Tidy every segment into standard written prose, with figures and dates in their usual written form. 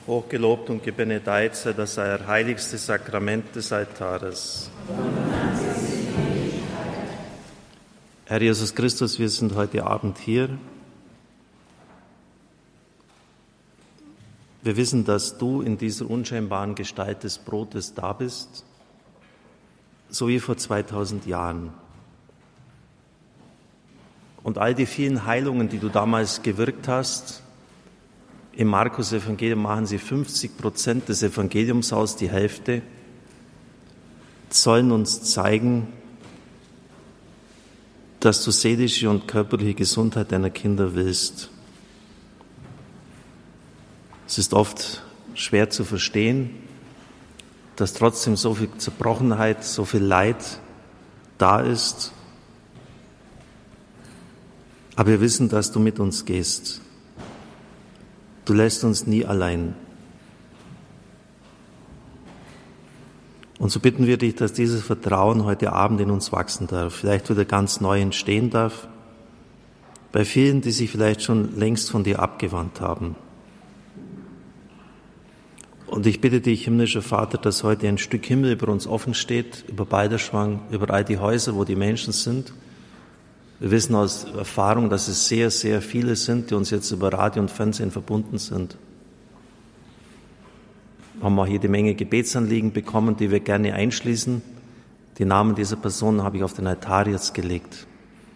Hochgelobt und gebenedeit sei das heiligste Sakrament des Altares. Herr Jesus Christus, wir sind heute Abend hier. Wir wissen, dass du in dieser unscheinbaren Gestalt des Brotes da bist, so wie vor 2000 Jahren. Und all die vielen Heilungen, die du damals gewirkt hast, im Markus-Evangelium machen sie 50% des Evangeliums aus, die Hälfte, sollen uns zeigen, dass du seelische und körperliche Gesundheit deiner Kinder willst. Es ist oft schwer zu verstehen, dass trotzdem so viel Zerbrochenheit, so viel Leid da ist. Aber wir wissen, dass du mit uns gehst. Du lässt uns nie allein. Und so bitten wir dich, dass dieses Vertrauen heute Abend in uns wachsen darf, vielleicht wieder ganz neu entstehen darf, bei vielen, die sich vielleicht schon längst von dir abgewandt haben. Und ich bitte dich, himmlischer Vater, dass heute ein Stück Himmel über uns offen steht, über Balderschwang, über all die Häuser, wo die Menschen sind. Wir wissen aus Erfahrung, dass es sehr, sehr viele sind, die uns jetzt über Radio und Fernsehen verbunden sind. Wir haben auch jede Menge Gebetsanliegen bekommen, die wir gerne einschließen. Die Namen dieser Personen habe ich auf den Altar jetzt gelegt.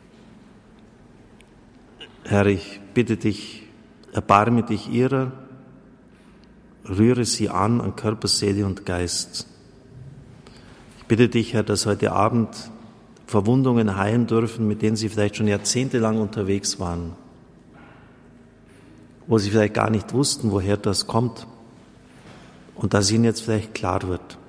Herr, ich bitte dich, erbarme dich ihrer, rühre sie an Körper, Seele und Geist. Ich bitte dich, Herr, dass heute Abend Verwundungen heilen dürfen, mit denen sie vielleicht schon jahrzehntelang unterwegs waren, wo sie vielleicht gar nicht wussten, woher das kommt und dass ihnen jetzt vielleicht klar wird.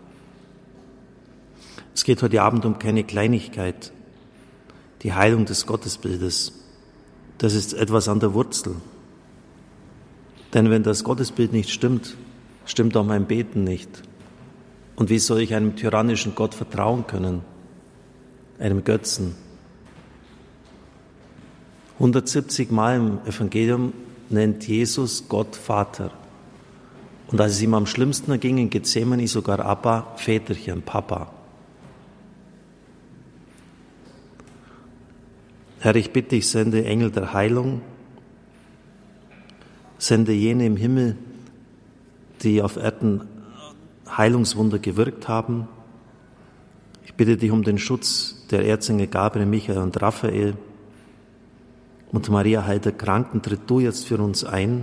Es geht heute Abend um keine Kleinigkeit, die Heilung des Gottesbildes. Das ist etwas an der Wurzel. Denn wenn das Gottesbild nicht stimmt, stimmt auch mein Beten nicht. Und wie soll ich einem tyrannischen Gott vertrauen können? Einem Götzen. 170 Mal im Evangelium nennt Jesus Gott Vater. Und als es ihm am schlimmsten erging in Gethsemane, sogar Abba, Väterchen, Papa. Herr, ich bitte dich, sende Engel der Heilung, sende jene im Himmel, die auf Erden Heilungswunder gewirkt haben. Ich bitte dich um den Schutz der Erzengel Gabriel, Michael und Raphael. Und Maria, Heil der Kranken, tritt du jetzt für uns ein.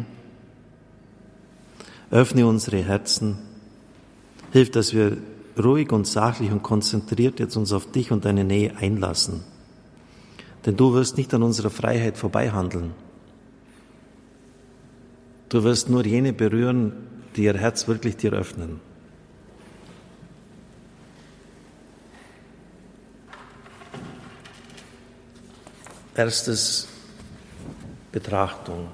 Öffne unsere Herzen. Hilf, dass wir ruhig und sachlich und konzentriert jetzt uns auf dich und deine Nähe einlassen. Denn du wirst nicht an unserer Freiheit vorbeihandeln. Du wirst nur jene berühren, die ihr Herz wirklich dir öffnen. Erstes Betrachtung.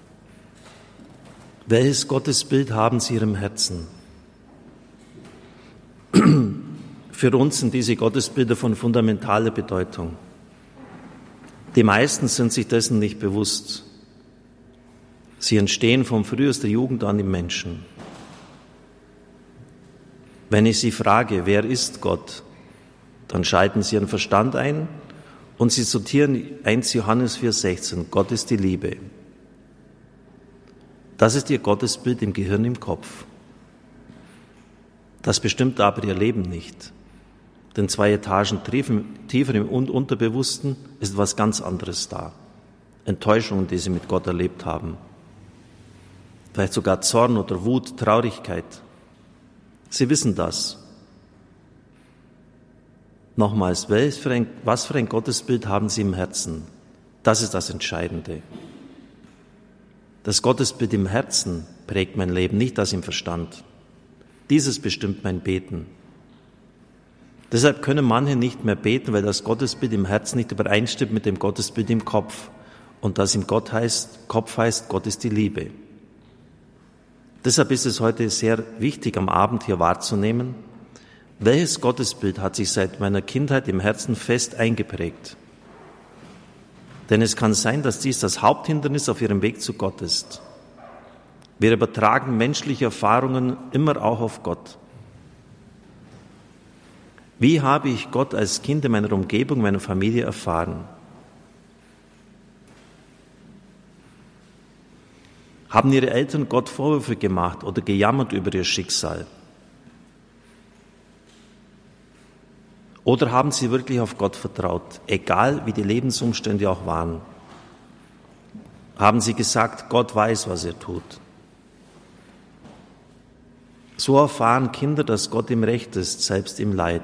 Welches Gottesbild haben Sie in Ihrem Herzen? Für uns sind diese Gottesbilder von fundamentaler Bedeutung. Die meisten sind sich dessen nicht bewusst. Sie entstehen von frühester Jugend an im Menschen. Wenn ich Sie frage, wer ist Gott, dann schalten Sie Ihren Verstand ein und Sie zitieren 1 Johannes 4,16, Gott ist die Liebe. Das ist Ihr Gottesbild im Gehirn, im Kopf. Das bestimmt aber Ihr Leben nicht. Denn 2 Etagen tiefer im Unterbewussten ist was ganz anderes da. Enttäuschungen, die Sie mit Gott erlebt haben. Vielleicht sogar Zorn oder Wut, Traurigkeit. Sie wissen das. Nochmals, was für ein Gottesbild haben Sie im Herzen? Das ist das Entscheidende. Das Gottesbild im Herzen prägt mein Leben, nicht das im Verstand. Dieses bestimmt mein Beten. Deshalb können manche nicht mehr beten, weil das Gottesbild im Herzen nicht übereinstimmt mit dem Gottesbild im Kopf. Und das im Kopf heißt, Gott ist die Liebe. Deshalb ist es heute sehr wichtig, am Abend hier wahrzunehmen, welches Gottesbild hat sich seit meiner Kindheit im Herzen fest eingeprägt. Denn es kann sein, dass dies das Haupthindernis auf Ihrem Weg zu Gott ist. Wir übertragen menschliche Erfahrungen immer auch auf Gott. Wie habe ich Gott als Kind in meiner Umgebung, meiner Familie erfahren? Haben Ihre Eltern Gott Vorwürfe gemacht oder gejammert über ihr Schicksal? Oder haben Sie wirklich auf Gott vertraut, egal wie die Lebensumstände auch waren? Haben Sie gesagt, Gott weiß, was er tut? So erfahren Kinder, dass Gott im Recht ist, selbst im Leid.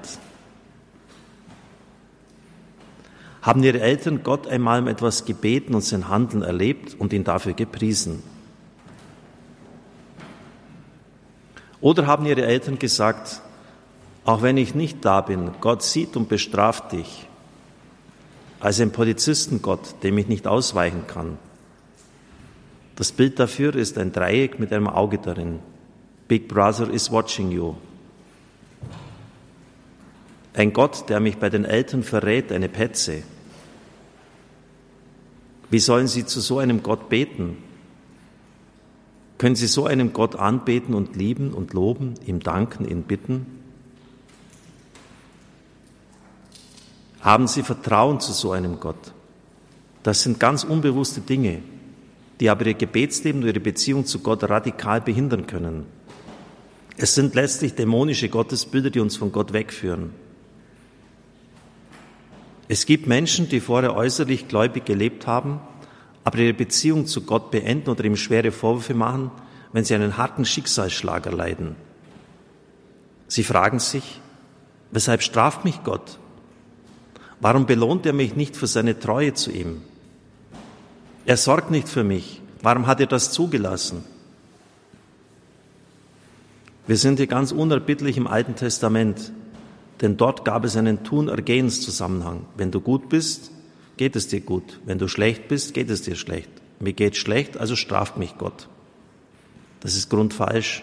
Haben Ihre Eltern Gott einmal um etwas gebeten und sein Handeln erlebt und ihn dafür gepriesen? Oder haben Ihre Eltern gesagt, auch wenn ich nicht da bin, Gott sieht und bestraft dich, als ein Polizistengott, dem ich nicht ausweichen kann? Das Bild dafür ist ein Dreieck mit einem Auge darin. Big Brother is watching you. Ein Gott, der mich bei den Eltern verrät, eine Petze. Wie sollen Sie zu so einem Gott beten? Können Sie so einem Gott anbeten und lieben und loben, ihm danken, ihn bitten? Haben Sie Vertrauen zu so einem Gott? Das sind ganz unbewusste Dinge, die aber Ihr Gebetsleben und Ihre Beziehung zu Gott radikal behindern können. Es sind letztlich dämonische Gottesbilder, die uns von Gott wegführen. Es gibt Menschen, die vorher äußerlich gläubig gelebt haben, aber ihre Beziehung zu Gott beenden oder ihm schwere Vorwürfe machen, wenn sie einen harten Schicksalsschlag erleiden. Sie fragen sich, weshalb straft mich Gott? Warum belohnt er mich nicht für seine Treue zu ihm? Er sorgt nicht für mich. Warum hat er das zugelassen? Wir sind hier ganz unerbittlich im Alten Testament, denn dort gab es einen Tun-Ergehens-Zusammenhang. Wenn du gut bist, geht es dir gut. Wenn du schlecht bist, geht es dir schlecht. Mir geht schlecht, also straft mich Gott. Das ist grundfalsch.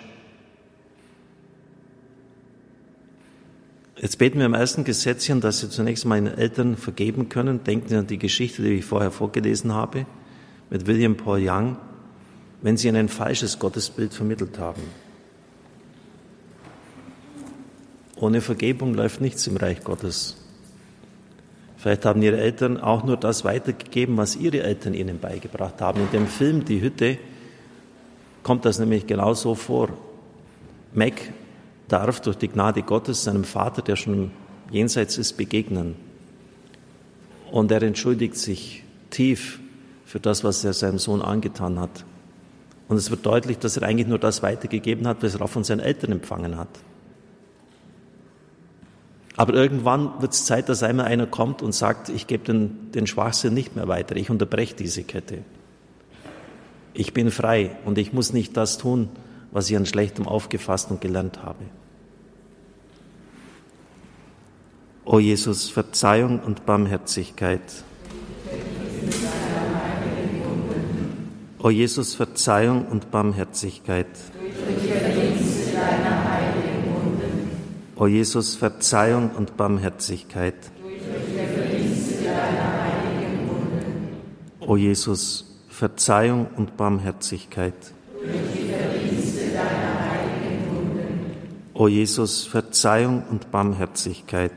Jetzt beten wir im ersten Gesetzchen, dass Sie zunächst mal Ihren Eltern vergeben können. Denken Sie an die Geschichte, die ich vorher vorgelesen habe, mit William Paul Young, wenn Sie Ihnen ein falsches Gottesbild vermittelt haben. Ohne Vergebung läuft nichts im Reich Gottes. Vielleicht haben Ihre Eltern auch nur das weitergegeben, was Ihre Eltern Ihnen beigebracht haben. In dem Film Die Hütte kommt das nämlich genau so vor. Mac darf durch die Gnade Gottes seinem Vater, der schon jenseits ist, begegnen. Und er entschuldigt sich tief für das, was er seinem Sohn angetan hat. Und es wird deutlich, dass er eigentlich nur das weitergegeben hat, was er auch von seinen Eltern empfangen hat. Aber irgendwann wird es Zeit, dass einmal einer kommt und sagt, ich gebe den Schwachsinn nicht mehr weiter, ich unterbreche diese Kette. Ich bin frei und ich muss nicht das tun, was ich an Schlechtem aufgefasst und gelernt habe. O Jesus, Verzeihung und Barmherzigkeit. O Jesus, Verzeihung und Barmherzigkeit. O Jesus, Verzeihung und Barmherzigkeit. O Jesus, Verzeihung und Barmherzigkeit. O Jesus, Verzeihung und Barmherzigkeit.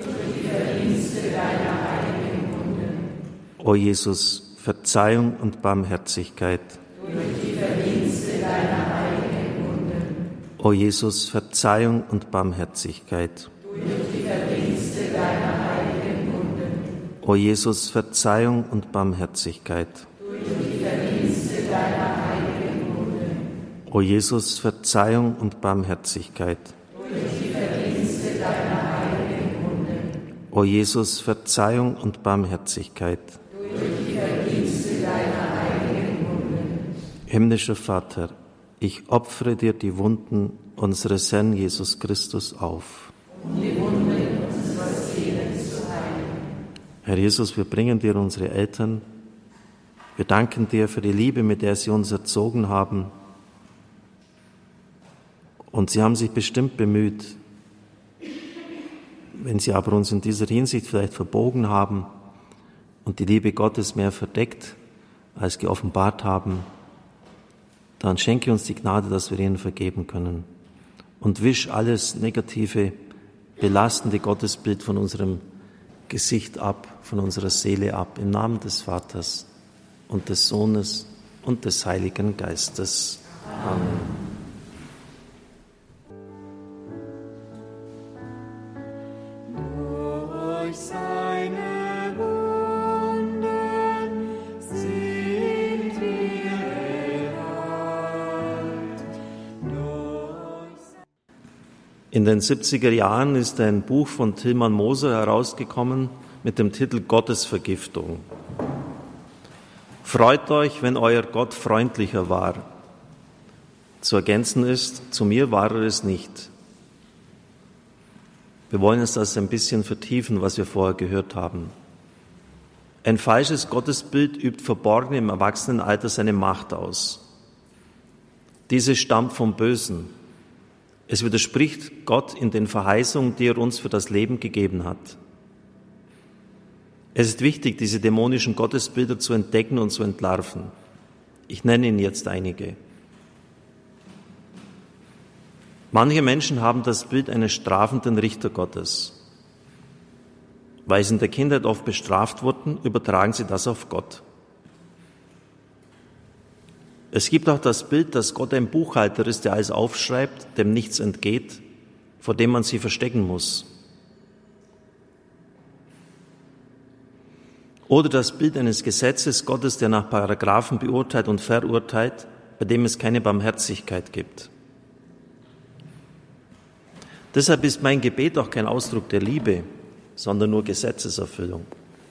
O Jesus, Verzeihung und Barmherzigkeit. O Jesus, Verzeihung und Barmherzigkeit. O Jesus, Verzeihung und Barmherzigkeit. O Jesus, Verzeihung und Barmherzigkeit. O Jesus, Verzeihung und Barmherzigkeit. Himmlischer Vater, ich opfere dir die Wunden unseres Herrn Jesus Christus auf. Herr Jesus, wir bringen dir unsere Eltern. Wir danken dir für die Liebe, mit der sie uns erzogen haben. Und sie haben sich bestimmt bemüht. Wenn sie aber uns in dieser Hinsicht vielleicht verbogen haben und die Liebe Gottes mehr verdeckt als geoffenbart haben, dann schenke uns die Gnade, dass wir ihnen vergeben können. Und wisch alles negative, belastende Gottesbild von unserem Gesicht ab, von unserer Seele ab, im Namen des Vaters und des Sohnes und des Heiligen Geistes. Amen. In den 70er Jahren ist ein Buch von Tilman Moser herausgekommen mit dem Titel Gottesvergiftung. Freut euch, wenn euer Gott freundlicher war. Zu ergänzen ist, zu mir war er es nicht. Wir wollen uns das ein bisschen vertiefen, was wir vorher gehört haben. Ein falsches Gottesbild übt verborgen im Erwachsenenalter seine Macht aus. Diese stammt vom Bösen. Es widerspricht Gott in den Verheißungen, die er uns für das Leben gegeben hat. Es ist wichtig, diese dämonischen Gottesbilder zu entdecken und zu entlarven. Ich nenne Ihnen jetzt einige. Manche Menschen haben das Bild eines strafenden Richter Gottes. Weil sie in der Kindheit oft bestraft wurden, übertragen sie das auf Gott. Es gibt auch das Bild, dass Gott ein Buchhalter ist, der alles aufschreibt, dem nichts entgeht, vor dem man sich verstecken muss. Oder das Bild eines Gesetzes Gottes, der nach Paragraphen beurteilt und verurteilt, bei dem es keine Barmherzigkeit gibt. Deshalb ist mein Gebet auch kein Ausdruck der Liebe, sondern nur Gesetzeserfüllung.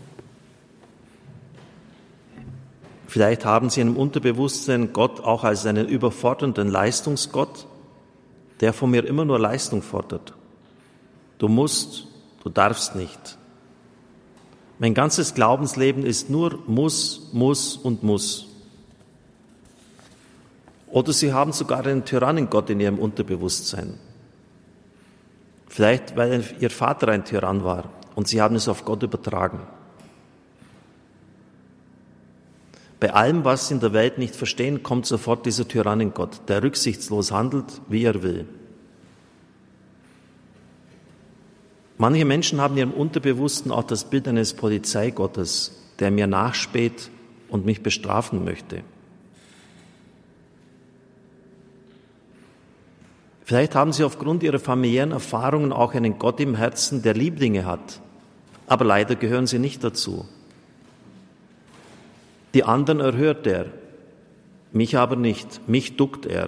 Vielleicht haben Sie im Unterbewusstsein Gott auch als einen überfordernden Leistungsgott, der von mir immer nur Leistung fordert. Du musst, du darfst nicht. Mein ganzes Glaubensleben ist nur muss, muss und muss. Oder Sie haben sogar einen Tyrannengott in Ihrem Unterbewusstsein. Vielleicht, weil Ihr Vater ein Tyrann war und Sie haben es auf Gott übertragen. Bei allem, was Sie in der Welt nicht verstehen, kommt sofort dieser Tyrannengott, der rücksichtslos handelt, wie er will. Manche Menschen haben in ihrem Unterbewussten auch das Bild eines Polizeigottes, der mir nachspäht und mich bestrafen möchte. Vielleicht haben Sie aufgrund Ihrer familiären Erfahrungen auch einen Gott im Herzen, der Lieblinge hat, aber leider gehören Sie nicht dazu. Die anderen erhört er, mich aber nicht, mich duckt er.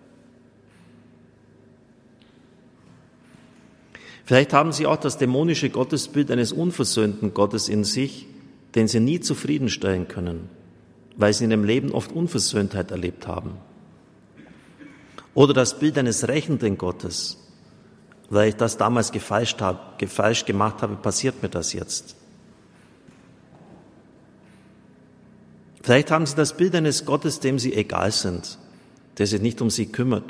Vielleicht haben Sie auch das dämonische Gottesbild eines unversöhnten Gottes in sich, den Sie nie zufriedenstellen können, weil Sie in Ihrem Leben oft Unversöhntheit erlebt haben. Oder das Bild eines rächenden Gottes, weil ich das damals gefalscht gemacht habe, passiert mir das jetzt. Vielleicht haben Sie das Bild eines Gottes, dem Sie egal sind, der sich nicht um Sie kümmert.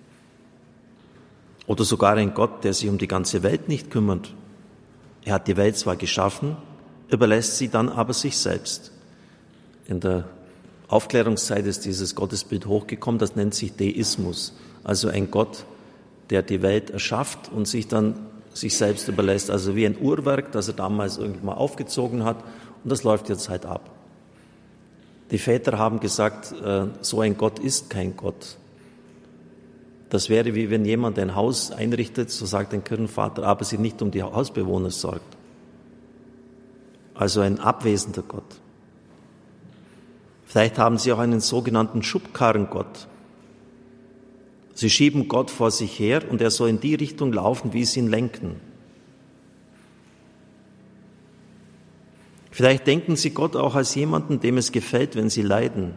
Oder sogar ein Gott, der sich um die ganze Welt nicht kümmert. Er hat die Welt zwar geschaffen, überlässt sie dann aber sich selbst. In der Aufklärungszeit ist dieses Gottesbild hochgekommen, das nennt sich Deismus. Also ein Gott, der die Welt erschafft und sich dann sich selbst überlässt. Also wie ein Uhrwerk, das er damals irgendwann mal aufgezogen hat und das läuft jetzt halt ab. Die Väter haben gesagt, so ein Gott ist kein Gott. Das wäre wie wenn jemand ein Haus einrichtet, so sagt ein Kirchenvater, aber sich nicht um die Hausbewohner sorgt. Also ein abwesender Gott. Vielleicht haben Sie auch einen sogenannten Schubkarrengott. Sie schieben Gott vor sich her und er soll in die Richtung laufen, wie Sie ihn lenken. Vielleicht denken Sie Gott auch als jemanden, dem es gefällt, wenn Sie leiden.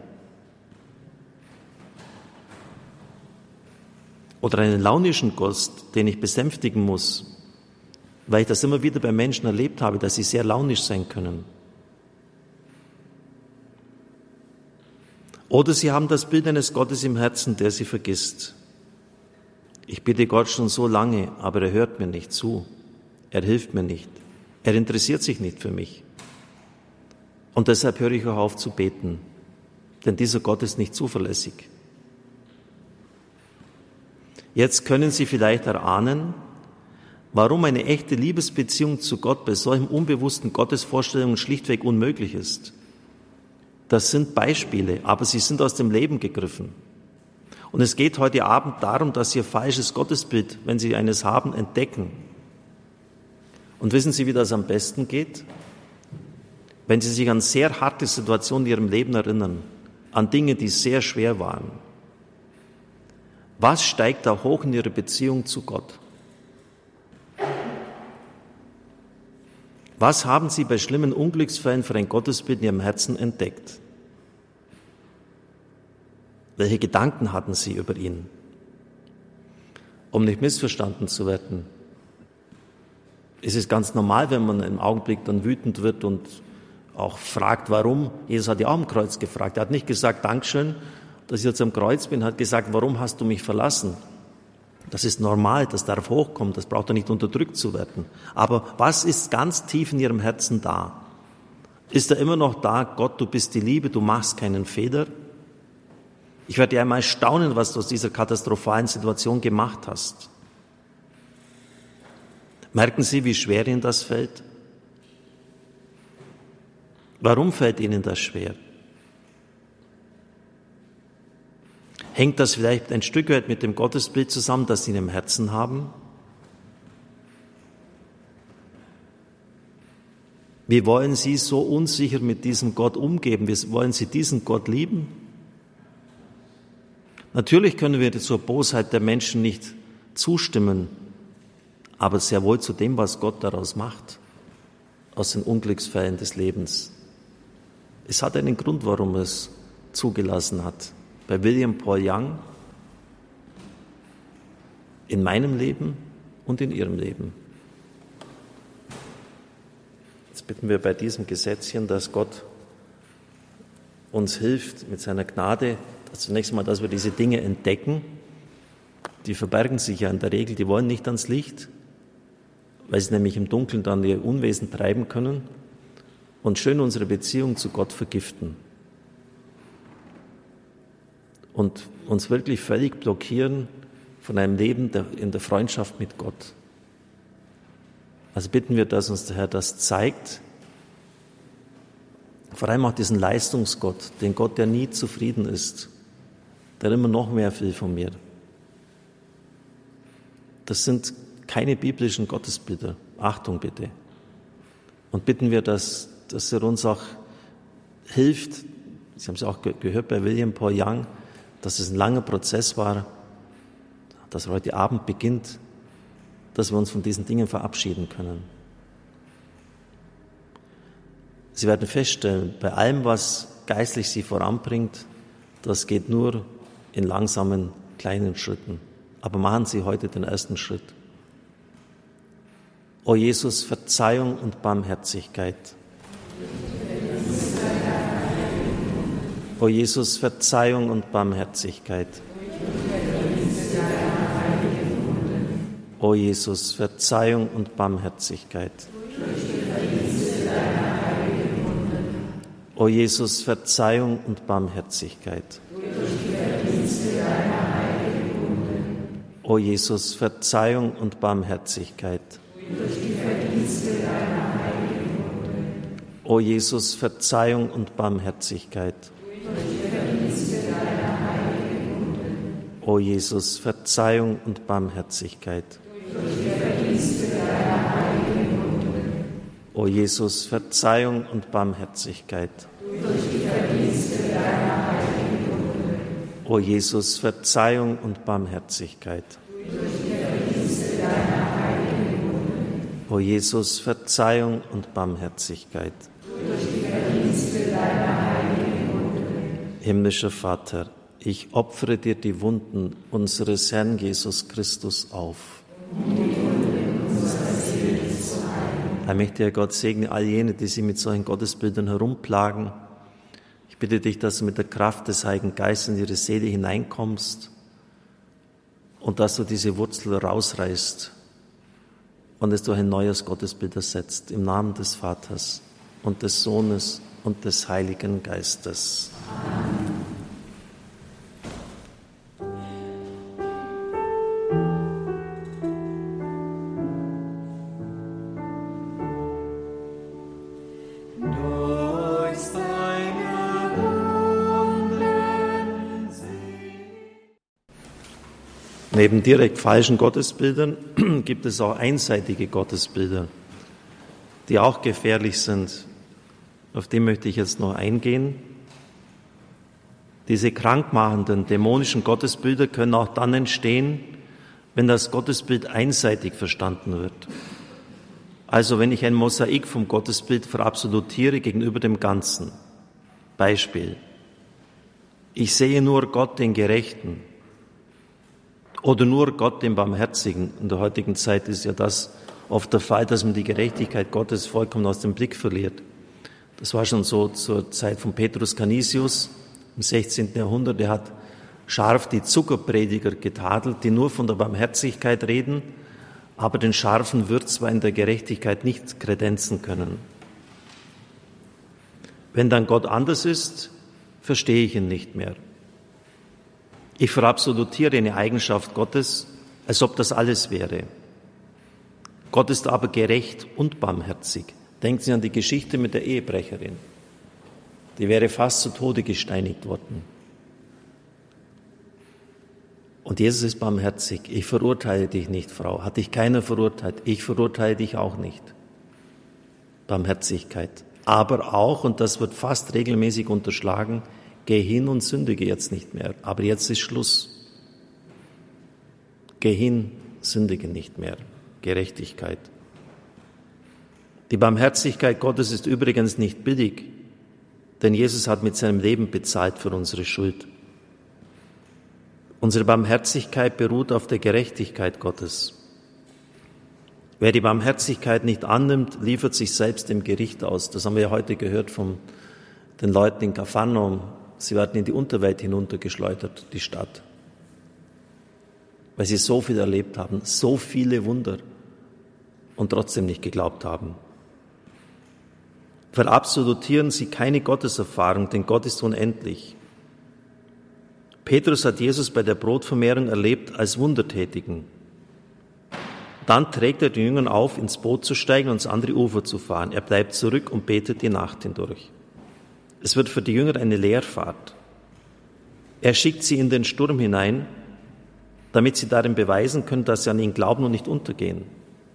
Oder einen launischen Gott, den ich besänftigen muss, weil ich das immer wieder bei Menschen erlebt habe, dass sie sehr launisch sein können. Oder Sie haben das Bild eines Gottes im Herzen, der Sie vergisst. Ich bitte Gott schon so lange, aber er hört mir nicht zu. Er hilft mir nicht. Er interessiert sich nicht für mich. Und deshalb höre ich auch auf zu beten, denn dieser Gott ist nicht zuverlässig. Jetzt können Sie vielleicht erahnen, warum eine echte Liebesbeziehung zu Gott bei solchen unbewussten Gottesvorstellungen schlichtweg unmöglich ist. Das sind Beispiele, aber sie sind aus dem Leben gegriffen. Und es geht heute Abend darum, dass Sie Ihr falsches Gottesbild, wenn Sie eines haben, entdecken. Und wissen Sie, wie das am besten geht? Wenn Sie sich an sehr harte Situationen in Ihrem Leben erinnern, an Dinge, die sehr schwer waren. Was steigt da hoch in Ihrer Beziehung zu Gott? Was haben Sie bei schlimmen Unglücksfällen für ein Gottesbild in Ihrem Herzen entdeckt? Welche Gedanken hatten Sie über ihn? Um nicht missverstanden zu werden, ist es ganz normal, wenn man im Augenblick dann wütend wird und auch fragt, warum. Jesus hat ja auch am Kreuz gefragt. Er hat nicht gesagt, Dankeschön, dass ich jetzt am Kreuz bin, er hat gesagt, warum hast du mich verlassen? Das ist normal, das darf hochkommen, das braucht doch nicht unterdrückt zu werden. Aber was ist ganz tief in Ihrem Herzen da? Ist da immer noch da, Gott, du bist die Liebe, du machst keinen Fehler? Ich werde ja einmal staunen, was du aus dieser katastrophalen Situation gemacht hast. Merken Sie, wie schwer Ihnen das fällt? Warum fällt Ihnen das schwer? Hängt das vielleicht ein Stück weit mit dem Gottesbild zusammen, das Sie in Ihrem Herzen haben? Wie wollen Sie so unsicher mit diesem Gott umgehen? Wie wollen Sie diesen Gott lieben? Natürlich können wir zur Bosheit der Menschen nicht zustimmen, aber sehr wohl zu dem, was Gott daraus macht, aus den Unglücksfällen des Lebens. Es hat einen Grund, warum er es zugelassen hat. Bei William Paul Young, in meinem Leben und in Ihrem Leben. Jetzt bitten wir bei diesem Gesetzchen, dass Gott uns hilft mit seiner Gnade, zunächst mal, dass wir diese Dinge entdecken. Die verbergen sich ja in der Regel, die wollen nicht ans Licht, weil sie nämlich im Dunkeln dann ihr Unwesen treiben können und schön unsere Beziehung zu Gott vergiften und uns wirklich völlig blockieren von einem Leben in der Freundschaft mit Gott. Also bitten wir, dass uns der Herr das zeigt, vor allem auch diesen Leistungsgott, den Gott, der nie zufrieden ist, der immer noch mehr will von mir. Das sind keine biblischen Gottesbilder. Achtung bitte. Und bitten wir, dass er uns auch hilft, Sie haben es auch gehört bei William Paul Young, dass es ein langer Prozess war, dass er heute Abend beginnt, dass wir uns von diesen Dingen verabschieden können. Sie werden feststellen, bei allem, was geistlich Sie voranbringt, das geht nur in langsamen, kleinen Schritten. Aber machen Sie heute den ersten Schritt. O Jesus, Verzeihung und Barmherzigkeit. O Jesus, Verzeihung und Barmherzigkeit. O Jesus, Verzeihung und Barmherzigkeit. O Jesus, Verzeihung und Barmherzigkeit. O Jesus, Verzeihung und Barmherzigkeit. O Jesus, Verzeihung und Barmherzigkeit. O Jesus, Verzeihung und Barmherzigkeit. O Jesus, Verzeihung und Barmherzigkeit. O Jesus, Verzeihung und Barmherzigkeit. O Jesus, Verzeihung und Barmherzigkeit. Himmlischer Vater, ich opfere dir die Wunden unseres Herrn Jesus Christus auf. Allmächtiger Gott, segne all jene, die sich mit solchen Gottesbildern herumplagen. Ich bitte dich, dass du mit der Kraft des Heiligen Geistes in ihre Seele hineinkommst und dass du diese Wurzel rausreißt und es durch ein neues Gottesbild ersetzt. Im Namen des Vaters und des Sohnes und des Heiligen Geistes. Amen. Neben direkt falschen Gottesbildern gibt es auch einseitige Gottesbilder, die auch gefährlich sind. Auf die möchte ich jetzt noch eingehen. Diese krankmachenden, dämonischen Gottesbilder können auch dann entstehen, wenn das Gottesbild einseitig verstanden wird. Also wenn ich ein Mosaik vom Gottesbild verabsolutiere gegenüber dem Ganzen. Beispiel: Ich sehe nur Gott, den Gerechten, oder nur Gott, den Barmherzigen. In der heutigen Zeit ist ja das oft der Fall, dass man die Gerechtigkeit Gottes vollkommen aus dem Blick verliert. Das war schon so zur Zeit von Petrus Canisius im 16. Jahrhundert. Er hat scharf die Zuckerprediger getadelt, die nur von der Barmherzigkeit reden, aber den scharfen Würzwein der Gerechtigkeit nicht kredenzen können. Wenn dann Gott anders ist, verstehe ich ihn nicht mehr. Ich verabsolutiere eine Eigenschaft Gottes, als ob das alles wäre. Gott ist aber gerecht und barmherzig. Denken Sie an die Geschichte mit der Ehebrecherin. Die wäre fast zu Tode gesteinigt worden. Und Jesus ist barmherzig. Ich verurteile dich nicht, Frau. Hat dich keiner verurteilt. Ich verurteile dich auch nicht. Barmherzigkeit. Aber auch, und das wird fast regelmäßig unterschlagen, geh hin und sündige jetzt nicht mehr. Aber jetzt ist Schluss. Geh hin, sündige nicht mehr. Gerechtigkeit. Die Barmherzigkeit Gottes ist übrigens nicht billig, denn Jesus hat mit seinem Leben bezahlt für unsere Schuld. Unsere Barmherzigkeit beruht auf der Gerechtigkeit Gottes. Wer die Barmherzigkeit nicht annimmt, liefert sich selbst dem Gericht aus. Das haben wir ja heute gehört von den Leuten in Kapharnaum. Sie werden in die Unterwelt hinuntergeschleudert, die Stadt, weil sie so viel erlebt haben, so viele Wunder und trotzdem nicht geglaubt haben. Verabsolutieren Sie keine Gotteserfahrung, denn Gott ist unendlich. Petrus hat Jesus bei der Brotvermehrung erlebt als Wundertätigen. Dann trägt er den Jüngern auf, ins Boot zu steigen und ans andere Ufer zu fahren. Er bleibt zurück und betet die Nacht hindurch. Es wird für die Jünger eine Leerfahrt. Er schickt sie in den Sturm hinein, damit sie darin beweisen können, dass sie an ihn glauben und nicht untergehen.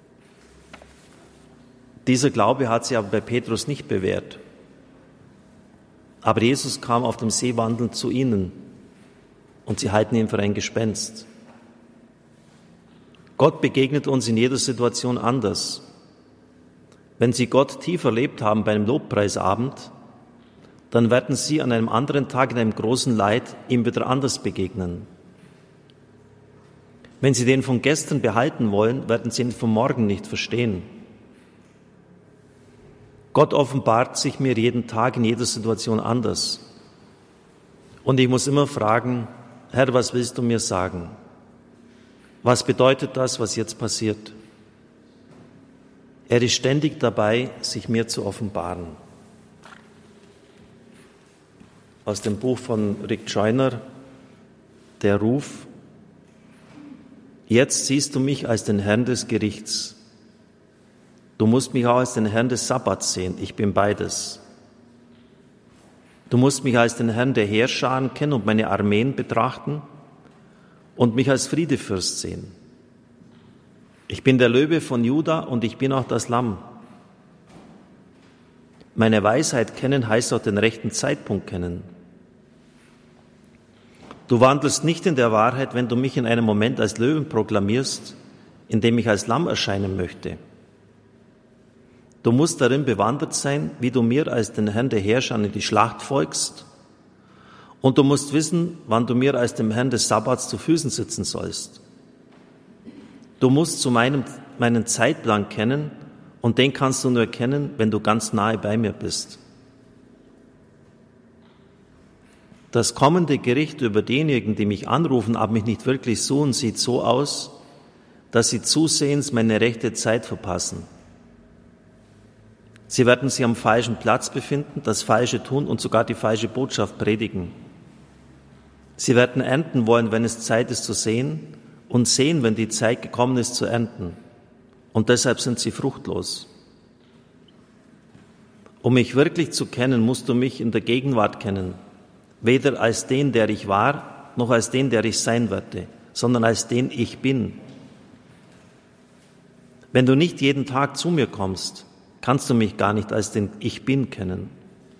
Dieser Glaube hat sich aber bei Petrus nicht bewährt. Aber Jesus kam auf dem See wandelnd zu ihnen und sie halten ihn für ein Gespenst. Gott begegnet uns in jeder Situation anders. Wenn Sie Gott tief erlebt haben bei einem Lobpreisabend, dann werden Sie an einem anderen Tag in einem großen Leid ihm wieder anders begegnen. Wenn Sie den von gestern behalten wollen, werden Sie ihn von morgen nicht verstehen. Gott offenbart sich mir jeden Tag in jeder Situation anders. Und ich muss immer fragen: Herr, was willst du mir sagen? Was bedeutet das, was jetzt passiert? Er ist ständig dabei, sich mir zu offenbaren. Aus dem Buch von Rick Joyner, der Ruf: Jetzt siehst du mich als den Herrn des Gerichts. Du musst mich auch als den Herrn des Sabbats sehen. Ich bin beides. Du musst mich als den Herrn der Heerscharen kennen und meine Armeen betrachten und mich als Friedefürst sehen. Ich bin der Löwe von Juda und ich bin auch das Lamm. Meine Weisheit kennen heißt auch den rechten Zeitpunkt kennen. Du wandelst nicht in der Wahrheit, wenn du mich in einem Moment als Löwen proklamierst, in dem ich als Lamm erscheinen möchte. Du musst darin bewandert sein, wie du mir als den Herrn der Herrscher in die Schlacht folgst. Und du musst wissen, wann du mir als dem Herrn des Sabbats zu Füßen sitzen sollst. Du musst zu meinen Zeitplan kennen und den kannst du nur erkennen, wenn du ganz nahe bei mir bist. Das kommende Gericht über diejenigen, die mich anrufen, aber mich nicht wirklich suchen, sieht so aus, dass sie zusehends meine rechte Zeit verpassen. Sie werden sich am falschen Platz befinden, das Falsche tun und sogar die falsche Botschaft predigen. Sie werden ernten wollen, wenn es Zeit ist zu sehen, und sehen, wenn die Zeit gekommen ist zu ernten. Und deshalb sind sie fruchtlos. Um mich wirklich zu kennen, musst du mich in der Gegenwart kennen, weder als den, der ich war, noch als den, der ich sein werde, sondern als den ich bin. Wenn du nicht jeden Tag zu mir kommst, kannst du mich gar nicht als den Ich Bin kennen.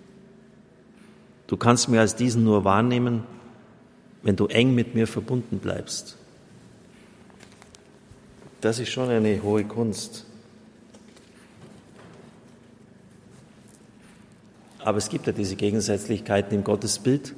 Du kannst mich als diesen nur wahrnehmen, wenn du eng mit mir verbunden bleibst. Das ist schon eine hohe Kunst. Aber es gibt ja diese Gegensätzlichkeiten im Gottesbild.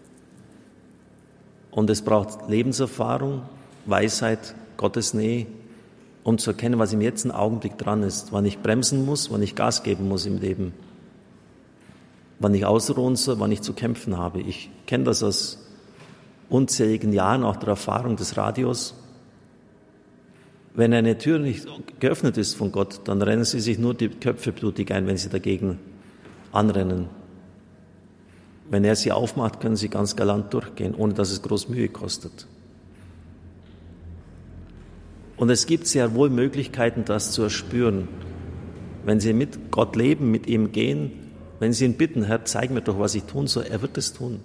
Und es braucht Lebenserfahrung, Weisheit, Gottesnähe, um zu erkennen, was im jetzigen Augenblick dran ist, wann ich bremsen muss, wann ich Gas geben muss im Leben, wann ich ausruhen soll, wann ich zu kämpfen habe. Ich kenne das aus unzähligen Jahren, auch der Erfahrung des Radios. Wenn eine Tür nicht geöffnet ist von Gott, dann rennen sie sich nur die Köpfe blutig ein, wenn sie dagegen anrennen. Wenn er sie aufmacht, können sie ganz galant durchgehen, ohne dass es groß Mühe kostet. Und es gibt sehr wohl Möglichkeiten, das zu erspüren. Wenn Sie mit Gott leben, mit ihm gehen, wenn Sie ihn bitten, Herr, zeig mir doch, was ich tun soll, er wird es tun.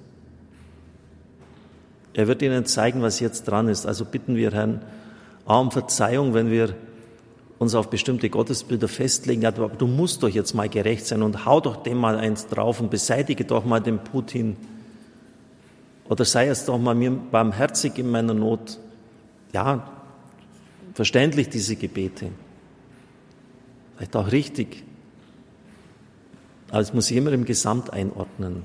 Er wird Ihnen zeigen, was jetzt dran ist. Also bitten wir Herrn auch um Verzeihung, wenn wir uns auf bestimmte Gottesbilder festlegen. Ja, aber du musst doch jetzt mal gerecht sein und hau doch dem mal eins drauf und beseitige doch mal den Putin. Oder sei es doch mal mir barmherzig in meiner Not. Ja, verständlich diese Gebete. Vielleicht auch richtig. Aber es muss sich immer im Gesamt einordnen.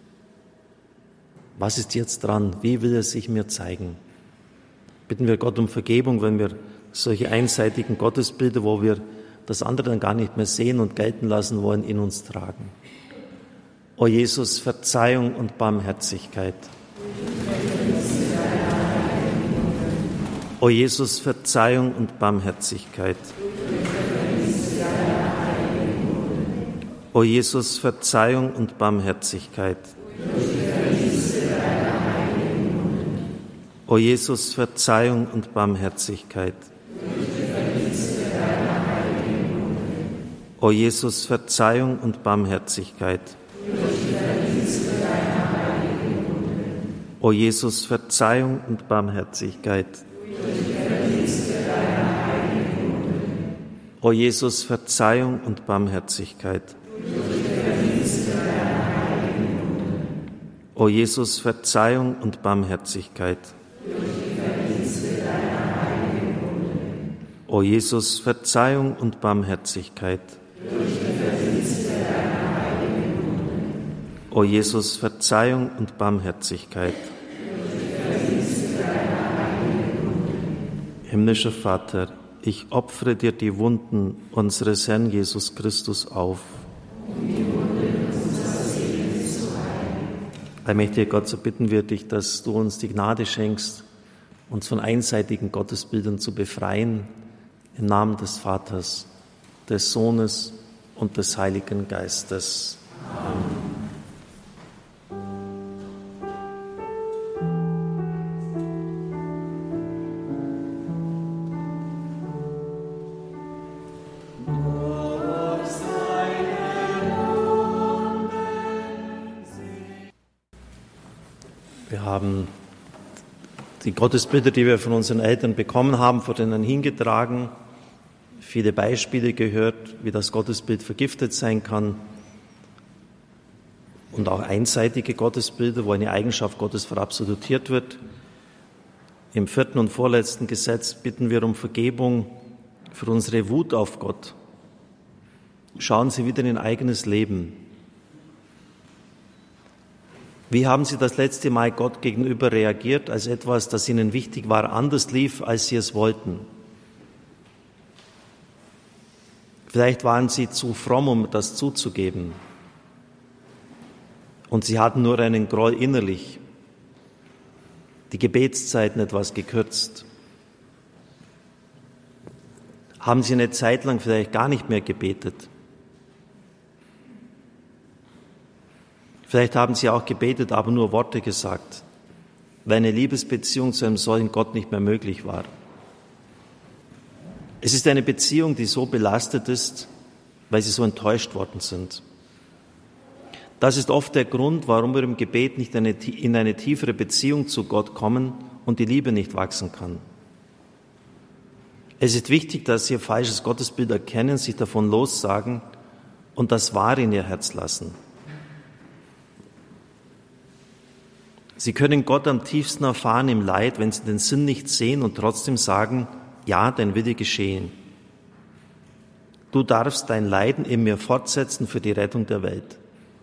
Was ist jetzt dran? Wie will er sich mir zeigen? Bitten wir Gott um Vergebung, wenn wir solche einseitigen Gottesbilder, wo wir das andere dann gar nicht mehr sehen und gelten lassen wollen, in uns tragen. O Jesus, Verzeihung und Barmherzigkeit. O Jesus, Verzeihung und Barmherzigkeit. O Jesus, Verzeihung und Barmherzigkeit. O Jesus, Verzeihung und Barmherzigkeit. O Jesus, Verzeihung und Barmherzigkeit. O Jesus, Verzeihung und Barmherzigkeit. O Jesus, Verzeihung und Barmherzigkeit. O Jesus, Verzeihung und Barmherzigkeit. O Jesus, Verzeihung und Barmherzigkeit. O Jesus, Verzeihung und Barmherzigkeit. Himmlischer Vater, ich opfere dir die Wunden unseres Herrn Jesus Christus auf. Allmächtiger Gott, so bitten wir dich, dass du uns die Gnade schenkst, uns von einseitigen Gottesbildern zu befreien, im Namen des Vaters, des Sohnes und des Heiligen Geistes. Amen. Wir haben die Gottesbilder, die wir von unseren Eltern bekommen haben, vor denen hingetragen, viele Beispiele gehört, wie das Gottesbild vergiftet sein kann und auch einseitige Gottesbilder, wo eine Eigenschaft Gottes verabsolutiert wird. Im 4. und vorletzten Gesetz bitten wir um Vergebung für unsere Wut auf Gott. Schauen Sie wieder in Ihr eigenes Leben. Wie haben Sie das letzte Mal Gott gegenüber reagiert, als etwas, das Ihnen wichtig war, anders lief, als Sie es wollten? Vielleicht waren Sie zu fromm, um das zuzugeben. Und Sie hatten nur einen Groll innerlich, die Gebetszeiten etwas gekürzt. Haben Sie eine Zeit lang vielleicht gar nicht mehr gebetet? Vielleicht haben Sie auch gebetet, aber nur Worte gesagt, weil eine Liebesbeziehung zu einem solchen Gott nicht mehr möglich war. Es ist eine Beziehung, die so belastet ist, weil Sie so enttäuscht worden sind. Das ist oft der Grund, warum wir im Gebet nicht in eine tiefere Beziehung zu Gott kommen und die Liebe nicht wachsen kann. Es ist wichtig, dass sie ihr falsches Gottesbild erkennen, sich davon lossagen und das Wahre in ihr Herz lassen. Sie können Gott am tiefsten erfahren im Leid, wenn sie den Sinn nicht sehen und trotzdem sagen, ja, dein Wille geschehen. Du darfst dein Leiden in mir fortsetzen für die Rettung der Welt.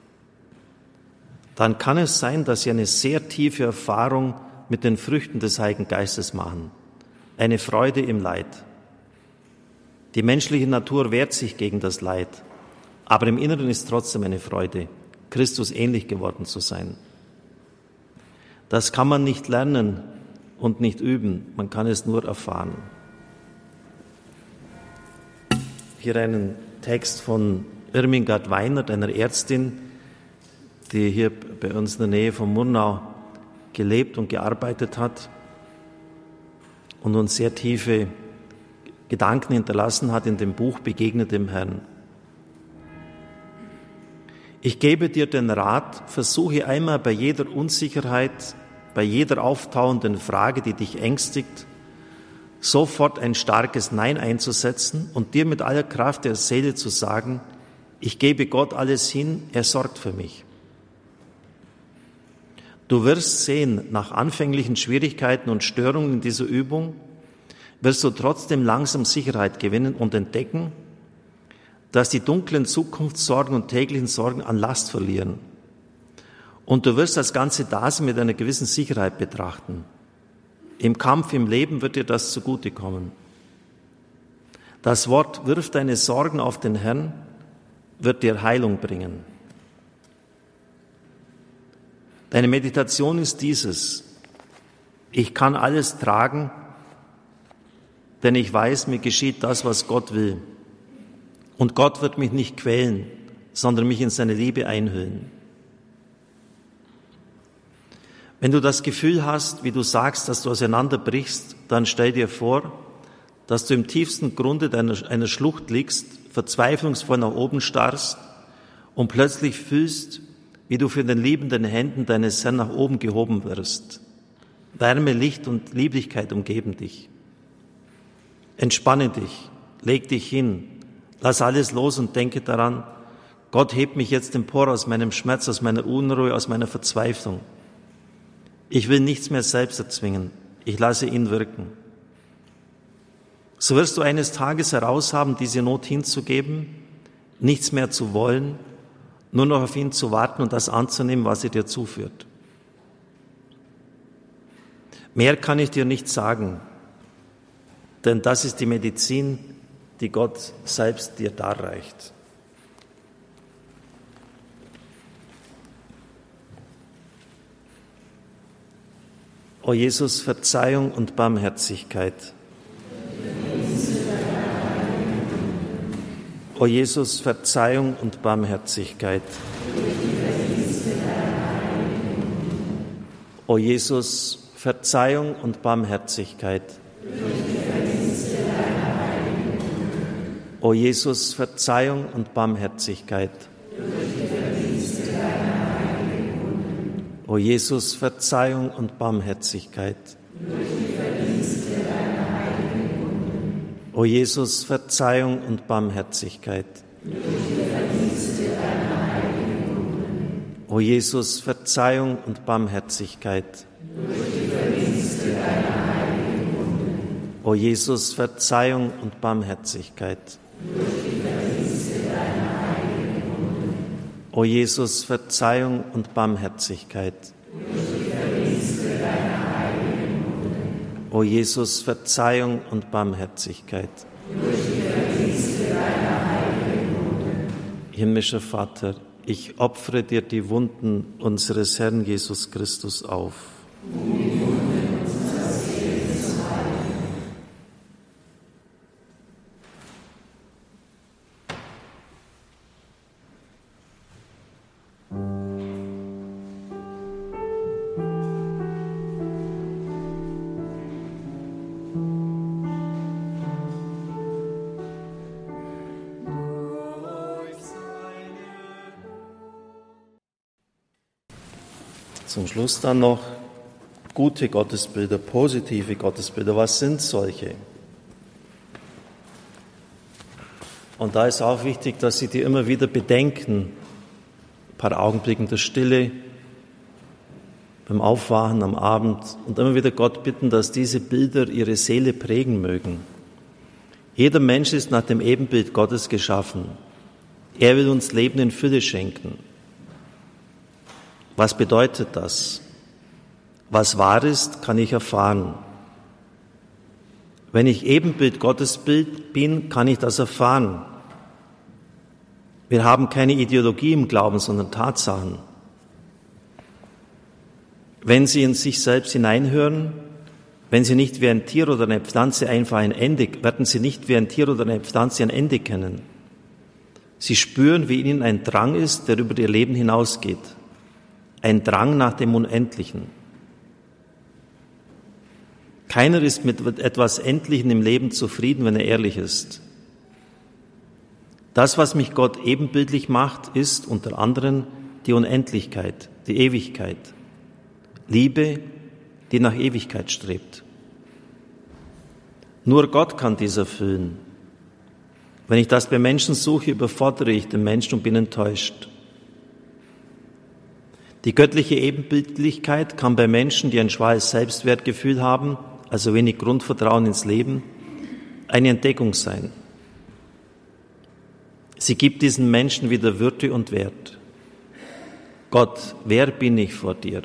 Dann kann es sein, dass sie eine sehr tiefe Erfahrung mit den Früchten des Heiligen Geistes machen. Eine Freude im Leid. Die menschliche Natur wehrt sich gegen das Leid, aber im Inneren ist trotzdem eine Freude, Christus ähnlich geworden zu sein. Das kann man nicht lernen und nicht üben, man kann es nur erfahren. Hier einen Text von Irmingard Weinert, einer Ärztin, die hier bei uns in der Nähe von Murnau gelebt und gearbeitet hat und uns sehr tiefe Gedanken hinterlassen hat in dem Buch Begegne dem Herrn. Ich gebe dir den Rat, versuche einmal bei jeder Unsicherheit, bei jeder auftauenden Frage, die dich ängstigt, sofort ein starkes Nein einzusetzen und dir mit aller Kraft der Seele zu sagen, ich gebe Gott alles hin, er sorgt für mich. Du wirst sehen, nach anfänglichen Schwierigkeiten und Störungen in dieser Übung, wirst du trotzdem langsam Sicherheit gewinnen und entdecken, dass die dunklen Zukunftssorgen und täglichen Sorgen an Last verlieren. Und du wirst das ganze Dasein mit einer gewissen Sicherheit betrachten. Im Kampf, im Leben wird dir das zugutekommen. Das Wort, wirf deine Sorgen auf den Herrn, wird dir Heilung bringen. Deine Meditation ist dieses: Ich kann alles tragen, denn ich weiß, mir geschieht das, was Gott will. Und Gott wird mich nicht quälen, sondern mich in seine Liebe einhüllen. Wenn du das Gefühl hast, wie du sagst, dass du auseinanderbrichst, dann stell dir vor, dass du im tiefsten Grunde einer Schlucht liegst, verzweiflungsvoll nach oben starrst und plötzlich fühlst, wie du für den liebenden Händen deines Herrn nach oben gehoben wirst. Wärme, Licht und Lieblichkeit umgeben dich. Entspanne dich, leg dich hin, lass alles los und denke daran, Gott hebt mich jetzt empor aus meinem Schmerz, aus meiner Unruhe, aus meiner Verzweiflung. Ich will nichts mehr selbst erzwingen, ich lasse ihn wirken. So wirst du eines Tages heraushaben, diese Not hinzugeben, nichts mehr zu wollen, nur noch auf ihn zu warten und das anzunehmen, was er dir zuführt. Mehr kann ich dir nicht sagen, denn das ist die Medizin, die Gott selbst dir darreicht. O Jesus, Verzeihung und Barmherzigkeit. O Jesus, Verzeihung und Barmherzigkeit. O Jesus, Verzeihung und Barmherzigkeit. O Jesus, Verzeihung und Barmherzigkeit. O Jesus, Verzeihung und Barmherzigkeit. O Jesus, Verzeihung und Barmherzigkeit. O Jesus, Verzeihung und Barmherzigkeit. O Jesus, Verzeihung und Barmherzigkeit. O Jesus, Verzeihung und Barmherzigkeit. O Jesus, Verzeihung und Barmherzigkeit. Himmlischer Vater, ich opfere dir die Wunden unseres Herrn Jesus Christus auf. Zum Schluss dann noch Gute Gottesbilder, positive Gottesbilder, was sind solche? Und da ist auch wichtig, dass Sie die immer wieder bedenken, ein paar Augenblicken der Stille, beim Aufwachen am Abend und immer wieder Gott bitten, dass diese Bilder Ihre Seele prägen mögen. Jeder Mensch ist nach dem Ebenbild Gottes geschaffen. Er will uns Leben in Fülle schenken. Was bedeutet das? Was wahr ist, kann ich erfahren. Wenn ich Ebenbild Gottes bin, kann ich das erfahren. Wir haben keine Ideologie im Glauben, sondern Tatsachen. Wenn Sie in sich selbst hineinhören, wenn Sie nicht wie ein Tier oder eine Pflanze einfach ein Ende, werden Sie nicht wie ein Tier oder eine Pflanze ein Ende kennen. Sie spüren, wie in Ihnen ein Drang ist, der über Ihr Leben hinausgeht. Ein Drang nach dem Unendlichen. Keiner ist mit etwas Endlichen im Leben zufrieden, wenn er ehrlich ist. Das, was mich Gott ebenbildlich macht, ist unter anderem die Unendlichkeit, die Ewigkeit. Liebe, die nach Ewigkeit strebt. Nur Gott kann dies erfüllen. Wenn ich das bei Menschen suche, überfordere ich den Menschen und bin enttäuscht. Die göttliche Ebenbildlichkeit kann bei Menschen, die ein schwaches Selbstwertgefühl haben, also wenig Grundvertrauen ins Leben, eine Entdeckung sein. Sie gibt diesen Menschen wieder Würde und Wert. Gott, wer bin ich vor dir?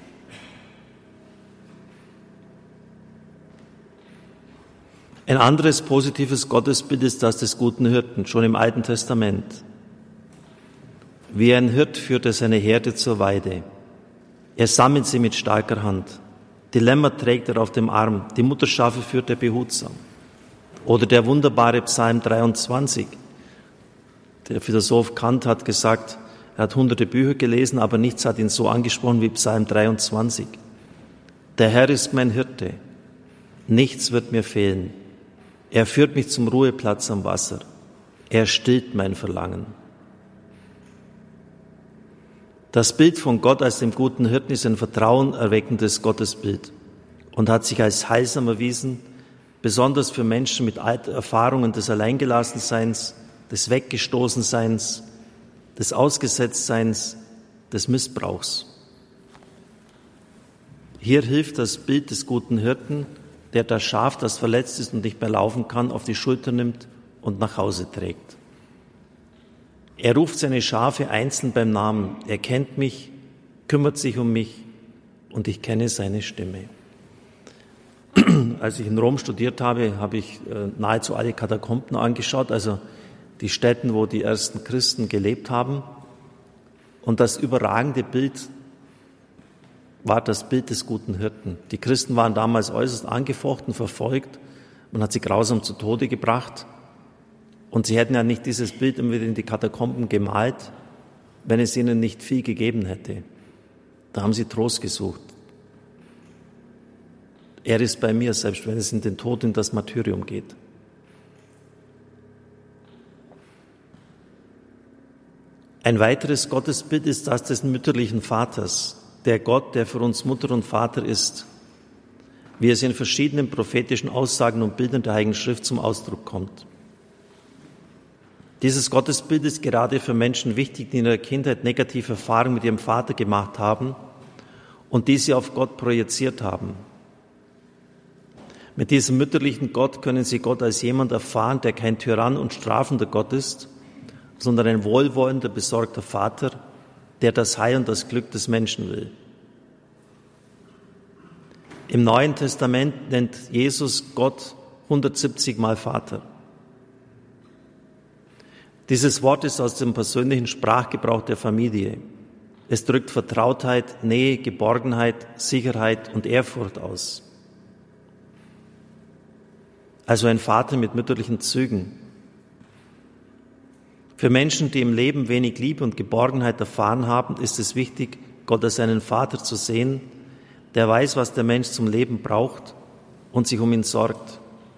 Ein anderes positives Gottesbild ist das des guten Hirten, schon im Alten Testament. Wie ein Hirt führt er seine Herde zur Weide. Er sammelt sie mit starker Hand. Die Lämmer trägt er auf dem Arm, die Mutterschafe führt er behutsam. Oder der wunderbare Psalm 23. Der Philosoph Kant hat gesagt, er hat hunderte Bücher gelesen, aber nichts hat ihn so angesprochen wie Psalm 23. Der Herr ist mein Hirte, nichts wird mir fehlen. Er führt mich zum Ruheplatz am Wasser. Er stillt mein Verlangen. Das Bild von Gott als dem guten Hirten ist ein vertrauenerweckendes Gottesbild und hat sich als heilsam erwiesen, besonders für Menschen mit Erfahrungen des Alleingelassenseins, des Weggestoßenseins, des Ausgesetztseins, des Missbrauchs. Hier hilft das Bild des guten Hirten, der das Schaf, das verletzt ist und nicht mehr laufen kann, auf die Schulter nimmt und nach Hause trägt. Er ruft seine Schafe einzeln beim Namen. Er kennt mich, kümmert sich um mich und ich kenne seine Stimme. Als ich in Rom studiert habe, habe ich nahezu alle Katakomben angeschaut, also die Stätten, wo die ersten Christen gelebt haben. Und das überragende Bild war das Bild des guten Hirten. Die Christen waren damals äußerst angefochten, verfolgt. Man hat sie grausam zu Tode gebracht. Und sie hätten ja nicht dieses Bild immer wieder in die Katakomben gemalt, wenn es ihnen nicht viel gegeben hätte. Da haben sie Trost gesucht. Er ist bei mir, selbst wenn es in den Tod, in das Martyrium geht. Ein weiteres Gottesbild ist das des mütterlichen Vaters. Der Gott, der für uns Mutter und Vater ist, wie es in verschiedenen prophetischen Aussagen und Bildern der Heiligen Schrift zum Ausdruck kommt. Dieses Gottesbild ist gerade für Menschen wichtig, die in ihrer Kindheit negative Erfahrungen mit ihrem Vater gemacht haben und die sie auf Gott projiziert haben. Mit diesem mütterlichen Gott können sie Gott als jemand erfahren, der kein Tyrann und strafender Gott ist, sondern ein wohlwollender, besorgter Vater, der das Heil und das Glück des Menschen will. Im Neuen Testament nennt Jesus Gott 170 Mal Vater. Dieses Wort ist aus dem persönlichen Sprachgebrauch der Familie. Es drückt Vertrautheit, Nähe, Geborgenheit, Sicherheit und Ehrfurcht aus. Also ein Vater mit mütterlichen Zügen. Für Menschen, die im Leben wenig Liebe und Geborgenheit erfahren haben, ist es wichtig, Gott als einen Vater zu sehen, der weiß, was der Mensch zum Leben braucht und sich um ihn sorgt.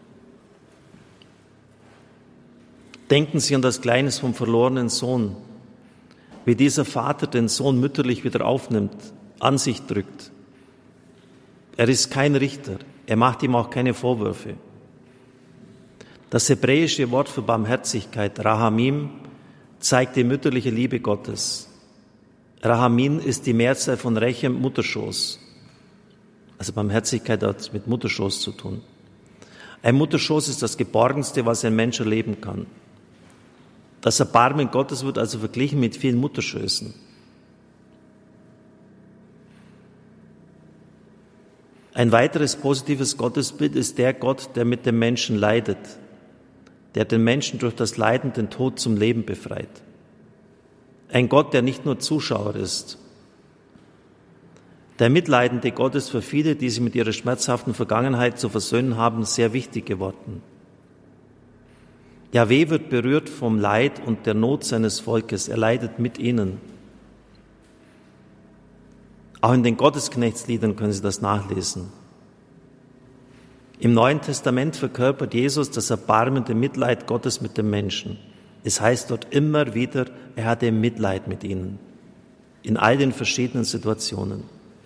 Denken Sie an das Gleichnis vom verlorenen Sohn, wie dieser Vater den Sohn mütterlich wieder aufnimmt, an sich drückt. Er ist kein Richter. Er macht ihm auch keine Vorwürfe. Das hebräische Wort für Barmherzigkeit, Rahamim, zeigt die mütterliche Liebe Gottes. Rahamin ist die Mehrzahl von Rechem, Mutterschoß. Also Barmherzigkeit hat mit Mutterschoß zu tun. Ein Mutterschoß ist das Geborgenste, was ein Mensch erleben kann. Das Erbarmen Gottes wird also verglichen mit vielen Mutterschößen. Ein weiteres positives Gottesbild ist der Gott, der mit dem Menschen leidet, der den Menschen durch das Leiden, den Tod zum Leben befreit. Ein Gott, der nicht nur Zuschauer ist. Der mitleidende Gott ist für viele, die sich mit ihrer schmerzhaften Vergangenheit zu versöhnen haben, sehr wichtig geworden. Jahwe wird berührt vom Leid und der Not seines Volkes. Er leidet mit ihnen. Auch in den Gottesknechtsliedern können Sie das nachlesen. Im Neuen Testament verkörpert Jesus das erbarmende Mitleid Gottes mit den Menschen. Es heißt dort immer wieder, er hatte Mitleid mit ihnen. In all den verschiedenen Situationen.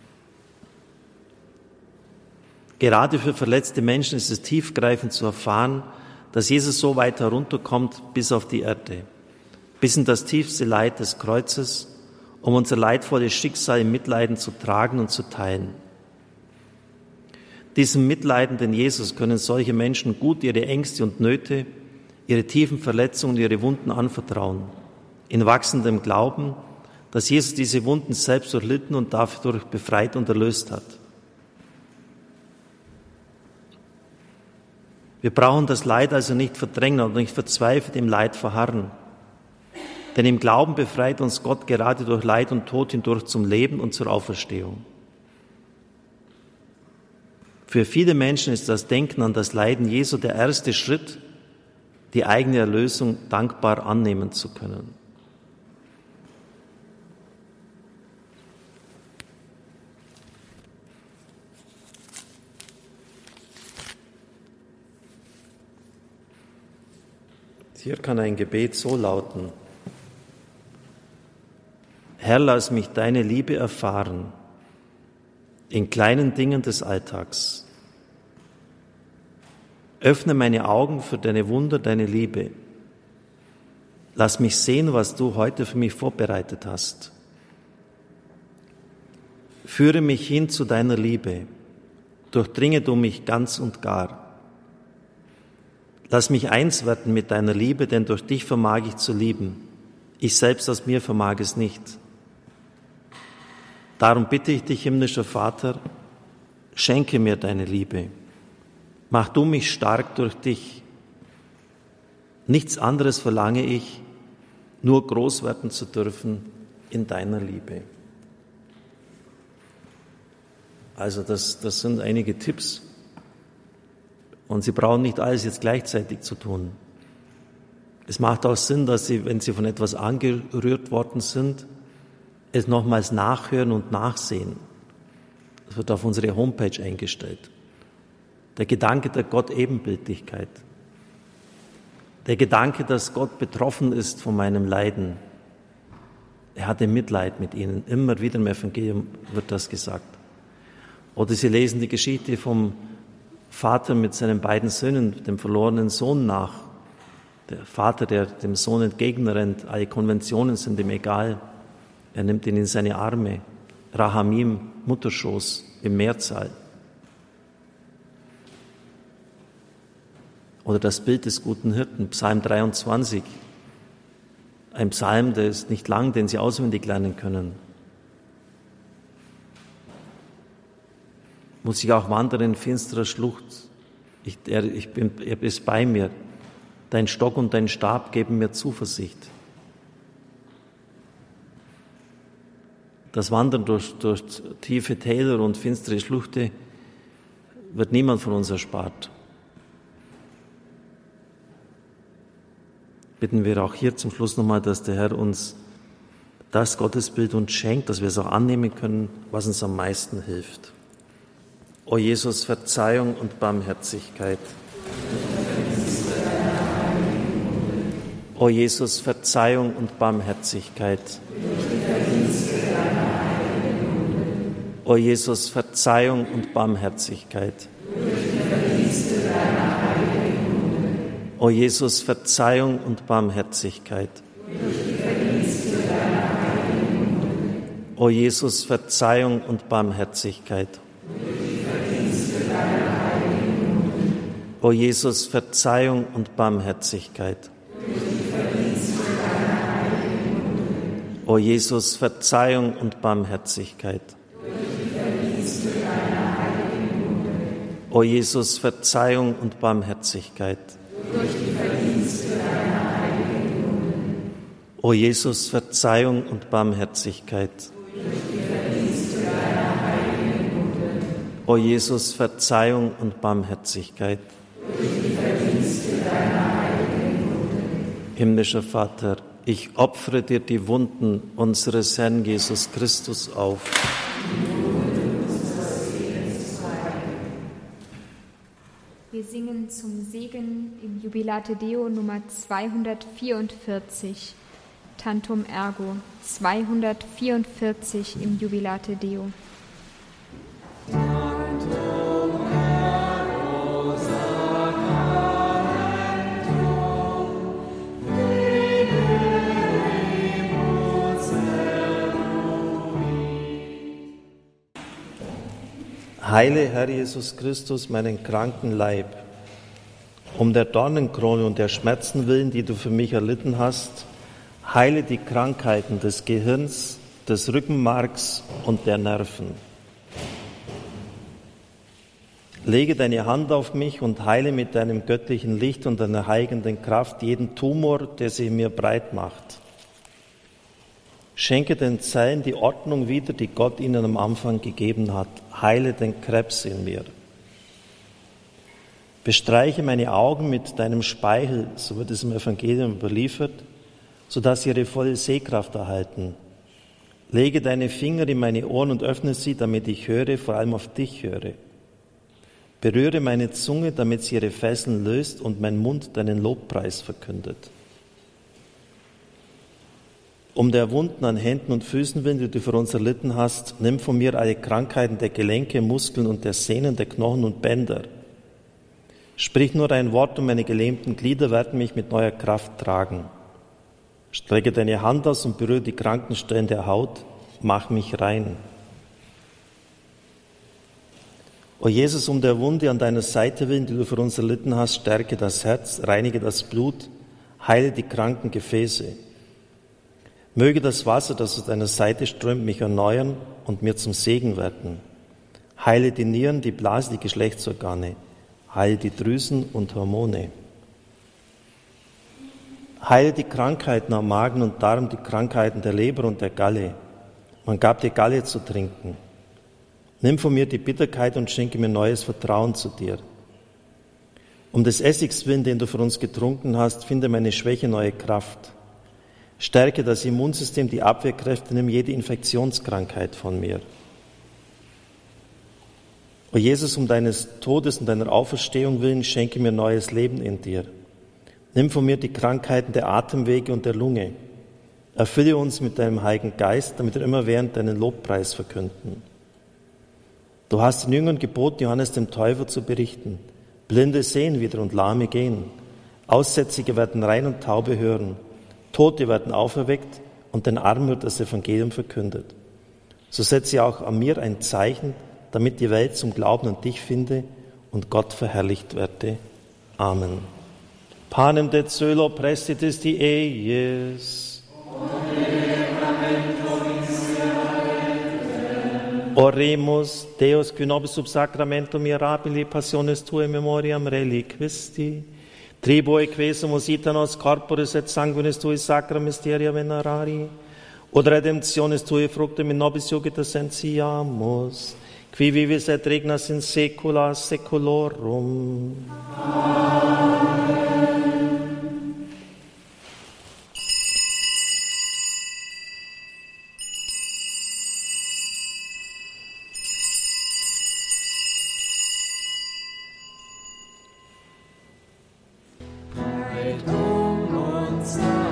Gerade für verletzte Menschen ist es tiefgreifend zu erfahren, dass Jesus so weit herunterkommt bis auf die Erde, bis in das tiefste Leid des Kreuzes, um unser leidvolles Schicksal im Mitleiden zu tragen und zu teilen. Diesem mitleidenden Jesus können solche Menschen gut ihre Ängste und Nöte, ihre tiefen Verletzungen und ihre Wunden anvertrauen, in wachsendem Glauben, dass Jesus diese Wunden selbst durchlitten und dadurch befreit und erlöst hat. Wir brauchen das Leid also nicht verdrängen und nicht verzweifelt im Leid verharren. Denn im Glauben befreit uns Gott gerade durch Leid und Tod hindurch zum Leben und zur Auferstehung. Für viele Menschen ist das Denken an das Leiden Jesu der erste Schritt, die eigene Erlösung dankbar annehmen zu können. Hier kann ein Gebet so lauten: Herr, lass mich deine Liebe erfahren in kleinen Dingen des Alltags. Öffne meine Augen für deine Wunder, deine Liebe. Lass mich sehen, was du heute für mich vorbereitet hast. Führe mich hin zu deiner Liebe. Durchdringe du mich ganz und gar. Lass mich eins werden mit deiner Liebe, denn durch dich vermag ich zu lieben. Ich selbst aus mir vermag es nicht. Darum bitte ich dich, himmlischer Vater, schenke mir deine Liebe. Mach du mich stark durch dich. Nichts anderes verlange ich, nur groß werden zu dürfen in deiner Liebe. Also das sind einige Tipps. Und Sie brauchen nicht alles jetzt gleichzeitig zu tun. Es macht auch Sinn, dass Sie, wenn Sie von etwas angerührt worden sind, es nochmals nachhören und nachsehen. Das wird auf unsere Homepage eingestellt. Der Gedanke der Gott-Ebenbildlichkeit. Der Gedanke, dass Gott betroffen ist von meinem Leiden. Er hatte Mitleid mit ihnen. Immer wieder im Evangelium wird das gesagt. Oder Sie lesen die Geschichte vom Vater mit seinen beiden Söhnen, dem verlorenen Sohn nach. Der Vater, der dem Sohn entgegenrennt, alle Konventionen sind ihm egal. Er nimmt ihn in seine Arme. Rahamim, Mutterschoß, im Mehrzahl. Oder das Bild des guten Hirten, Psalm 23. Ein Psalm, der ist nicht lang, den Sie auswendig lernen können. Muss ich auch wandern in finsterer Schlucht. Er ist bei mir. Dein Stock und dein Stab geben mir Zuversicht. Das Wandern durch tiefe Täler und finstere Schluchten wird niemand von uns erspart. Bitten wir auch hier zum Schluss nochmal, dass der Herr uns das Gottesbild uns schenkt, dass wir es auch annehmen können, was uns am meisten hilft. O Jesus, Verzeihung und Barmherzigkeit. O Jesus, Verzeihung und Barmherzigkeit. O Jesus, Verzeihung und Barmherzigkeit. O Jesus, Verzeihung und Barmherzigkeit. O Jesus, Verzeihung und Barmherzigkeit. O Jesus, Verzeihung und Barmherzigkeit. O Jesus, Verzeihung und Barmherzigkeit. O Jesus, Verzeihung und Barmherzigkeit. O Jesus, Verzeihung und Barmherzigkeit. O Jesus, Verzeihung und Barmherzigkeit. Himmlischer Vater, ich opfere dir die Wunden unseres Herrn Jesus Christus auf. Wir singen zum Segen im Jubilate Deo Nummer 244, Tantum Ergo, 244 im Jubilate Deo. Heile, Herr Jesus Christus, meinen kranken Leib. Um der Dornenkrone und der Schmerzen willen, die du für mich erlitten hast, heile die Krankheiten des Gehirns, des Rückenmarks und der Nerven. Lege deine Hand auf mich und heile mit deinem göttlichen Licht und deiner heilenden Kraft jeden Tumor, der sich in mir breit macht. Schenke den Zellen die Ordnung wieder, die Gott ihnen am Anfang gegeben hat. Heile den Krebs in mir. Bestreiche meine Augen mit deinem Speichel, so wird es im Evangelium überliefert, sodass sie ihre volle Sehkraft erhalten. Lege deine Finger in meine Ohren und öffne sie, damit ich höre, vor allem auf dich höre. Berühre meine Zunge, damit sie ihre Fesseln löst und mein Mund deinen Lobpreis verkündet. Um der Wunden an Händen und Füßen willen, die du für uns erlitten hast, nimm von mir alle Krankheiten der Gelenke, Muskeln und der Sehnen, der Knochen und Bänder. Sprich nur ein Wort und meine gelähmten Glieder werden mich mit neuer Kraft tragen. Strecke deine Hand aus und berühre die kranken Stellen der Haut, mach mich rein. O Jesus, um der Wunde an deiner Seite willen, die du für uns erlitten hast, stärke das Herz, reinige das Blut, heile die kranken Gefäße. Möge das Wasser, das aus deiner Seite strömt, mich erneuern und mir zum Segen werden. Heile die Nieren, die Blase, die Geschlechtsorgane. Heile die Drüsen und Hormone. Heile die Krankheiten am Magen und Darm, die Krankheiten der Leber und der Galle. Man gab dir Galle zu trinken. Nimm von mir die Bitterkeit und schenke mir neues Vertrauen zu dir. Um des Essigs willen, den du für uns getrunken hast, finde meine Schwäche neue Kraft. Stärke das Immunsystem, die Abwehrkräfte, nimm jede Infektionskrankheit von mir. O Jesus, um deines Todes und deiner Auferstehung willen, schenke mir neues Leben in dir. Nimm von mir die Krankheiten der Atemwege und der Lunge. Erfülle uns mit deinem Heiligen Geist, damit wir immerwährend deinen Lobpreis verkünden. Du hast den Jüngern geboten, Johannes dem Täufer zu berichten. Blinde sehen wieder und Lahme gehen. Aussätzige werden rein und Taube hören. Tote werden auferweckt und den Armen wird das Evangelium verkündet. So setze auch an mir ein Zeichen, damit die Welt zum Glauben an dich finde und Gott verherrlicht werde. Amen. Panem de Zölo prestitis die eies. Oremus Deus qui nobis sub sacramentum mirabili passiones tuae memoriam reliquisti. Triboe quesumus itanos corporis et sanguinis tui sacra mysteria venerari, od redemptionis tui fructum in nobis iugita sentiamus, qui vivis et regnas in saecula saeculorum. Amen. Uns